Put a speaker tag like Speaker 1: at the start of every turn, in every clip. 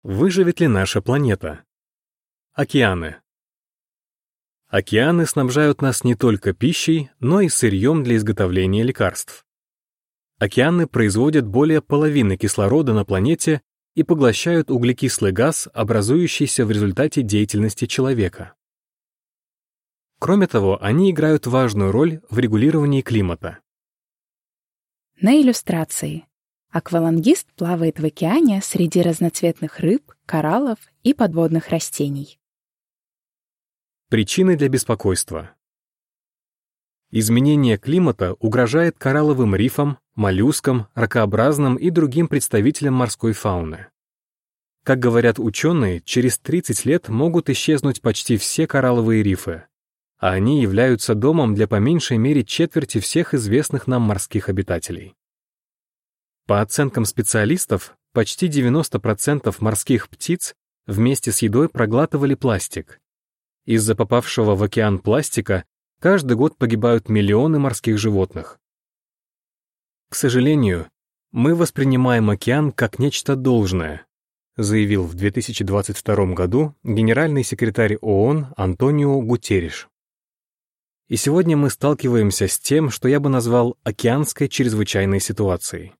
Speaker 1: Выживет ли наша планета? Океаны. Океаны снабжают нас не только пищей, но и сырьем для изготовления лекарств. Океаны производят более половины кислорода на планете и поглощают углекислый газ, образующийся в результате деятельности человека. Кроме того, они играют важную роль в регулировании климата.
Speaker 2: На иллюстрации. Аквалангист плавает в океане среди разноцветных рыб, кораллов и подводных растений.
Speaker 1: Причины для беспокойства. Изменение климата угрожает коралловым рифам, моллюскам, ракообразным и другим представителям морской фауны. Как говорят ученые, через 30 лет могут исчезнуть почти все коралловые рифы, а они являются домом для по меньшей мере четверти всех известных нам морских обитателей. По оценкам специалистов, почти 90% морских птиц вместе с едой проглатывали пластик. Из-за попавшего в океан пластика каждый год погибают миллионы морских животных. К сожалению, мы воспринимаем океан как нечто должное, заявил в 2022 году генеральный секретарь ООН Антонио Гутерриш. И сегодня мы сталкиваемся с тем, что я бы назвал океанской чрезвычайной ситуацией.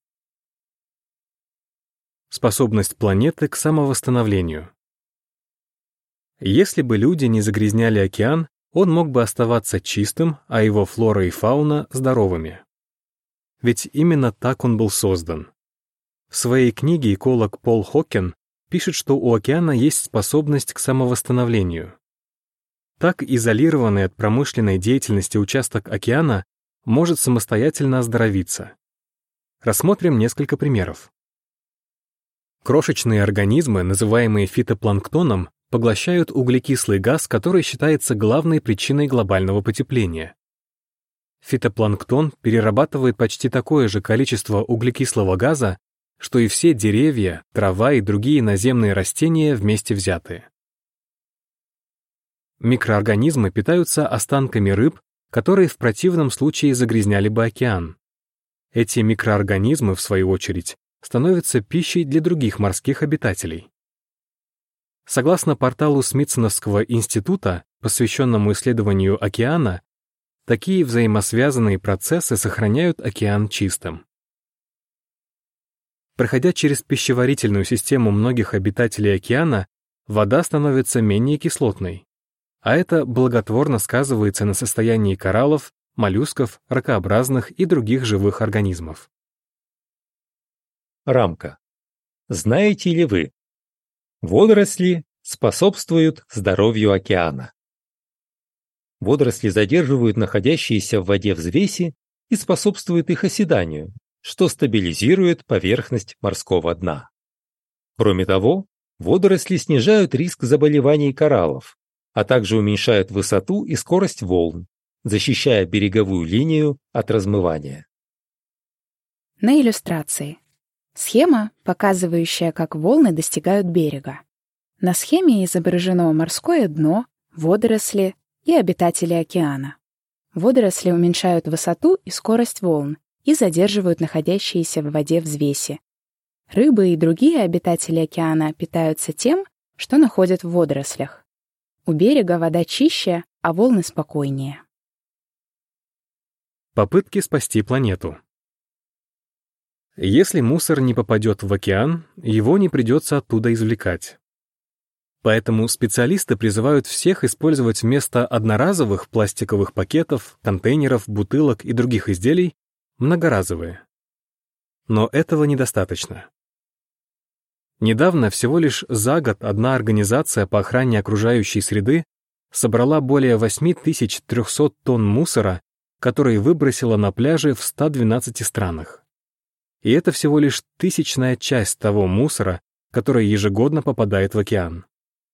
Speaker 1: Способность планеты к самовосстановлению. Если бы люди не загрязняли океан, он мог бы оставаться чистым, а его флора и фауна — здоровыми. Ведь именно так он был создан. В своей книге эколог Пол Хоккен пишет, что у океана есть способность к самовосстановлению. Так изолированный от промышленной деятельности участок океана может самостоятельно оздоровиться. Рассмотрим несколько примеров. Крошечные организмы, называемые фитопланктоном, поглощают углекислый газ, который считается главной причиной глобального потепления. Фитопланктон перерабатывает почти такое же количество углекислого газа, что и все деревья, трава и другие наземные растения вместе взятые. Микроорганизмы питаются останками рыб, которые в противном случае загрязняли бы океан. Эти микроорганизмы, в свою очередь, становятся пищей для других морских обитателей. Согласно порталу Смитсоновского института, посвященному исследованию океана, такие взаимосвязанные процессы сохраняют океан чистым. Проходя через пищеварительную систему многих обитателей океана, вода становится менее кислотной, а это благотворно сказывается на состоянии кораллов, моллюсков, ракообразных и других живых организмов.
Speaker 3: Рамка. Знаете ли вы? Водоросли способствуют здоровью океана. Водоросли задерживают находящиеся в воде взвеси и способствуют их оседанию, что стабилизирует поверхность морского дна. Кроме того, водоросли снижают риск заболеваний кораллов, а также уменьшают высоту и скорость волн, защищая береговую линию от размывания.
Speaker 2: На иллюстрации. Схема, показывающая, как волны достигают берега. На схеме изображено морское дно, водоросли и обитатели океана. Водоросли уменьшают высоту и скорость волн и задерживают находящиеся в воде взвеси. Рыбы и другие обитатели океана питаются тем, что находят в водорослях. У берега вода чище, а волны спокойнее.
Speaker 1: Попытки спасти планету. Если мусор не попадет в океан, его не придется оттуда извлекать. Поэтому специалисты призывают всех использовать вместо одноразовых пластиковых пакетов, контейнеров, бутылок и других изделий многоразовые. Но этого недостаточно. Недавно, всего лишь за год, одна организация по охране окружающей среды собрала более 8300 тонн мусора, который выбросила на пляжи в 112 странах. И это всего лишь 1000-я часть того мусора, который ежегодно попадает в океан.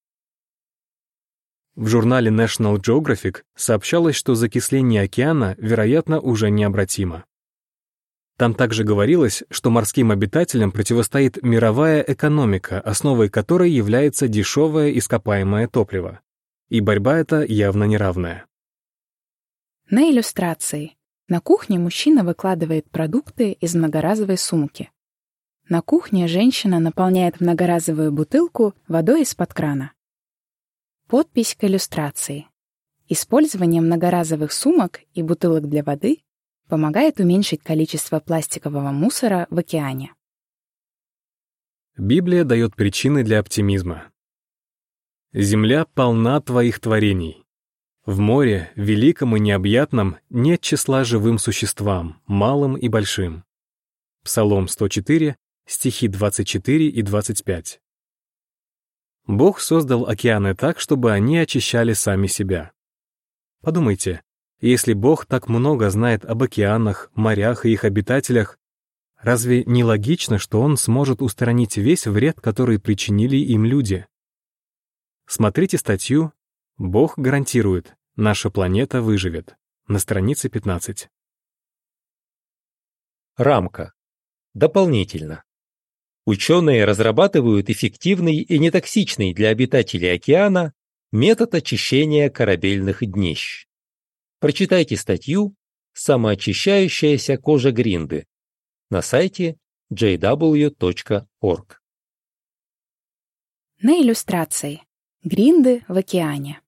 Speaker 1: В журнале National Geographic сообщалось, что закисление океана, вероятно, уже необратимо. Там также говорилось, что морским обитателям противостоит мировая экономика, основой которой является дешевое ископаемое топливо. И борьба эта явно неравная.
Speaker 2: На иллюстрации. На кухне мужчина выкладывает продукты из многоразовой сумки. На кухне женщина наполняет многоразовую бутылку водой из-под крана. Подпись к иллюстрации. Использование многоразовых сумок и бутылок для воды помогает уменьшить количество пластикового мусора в океане.
Speaker 1: Библия дает причины для оптимизма. «Земля полна твоих творений. В море, великом и необъятном, нет числа живым существам, малым и большим». Псалом 104, стихи 24 и 25. Бог создал океаны так, чтобы они очищали сами себя. Подумайте, если Бог так много знает об океанах, морях и их обитателях, разве не логично, что Он сможет устранить весь вред, который причинили им люди? Смотрите статью «Бог гарантирует, наша планета выживет» на странице 15.
Speaker 3: Рамка. Дополнительно. Ученые разрабатывают эффективный и нетоксичный для обитателей океана метод очищения корабельных днищ. Прочитайте статью «Самоочищающаяся кожа Гринды» на сайте jw.org.
Speaker 2: На иллюстрации. Гринды в океане.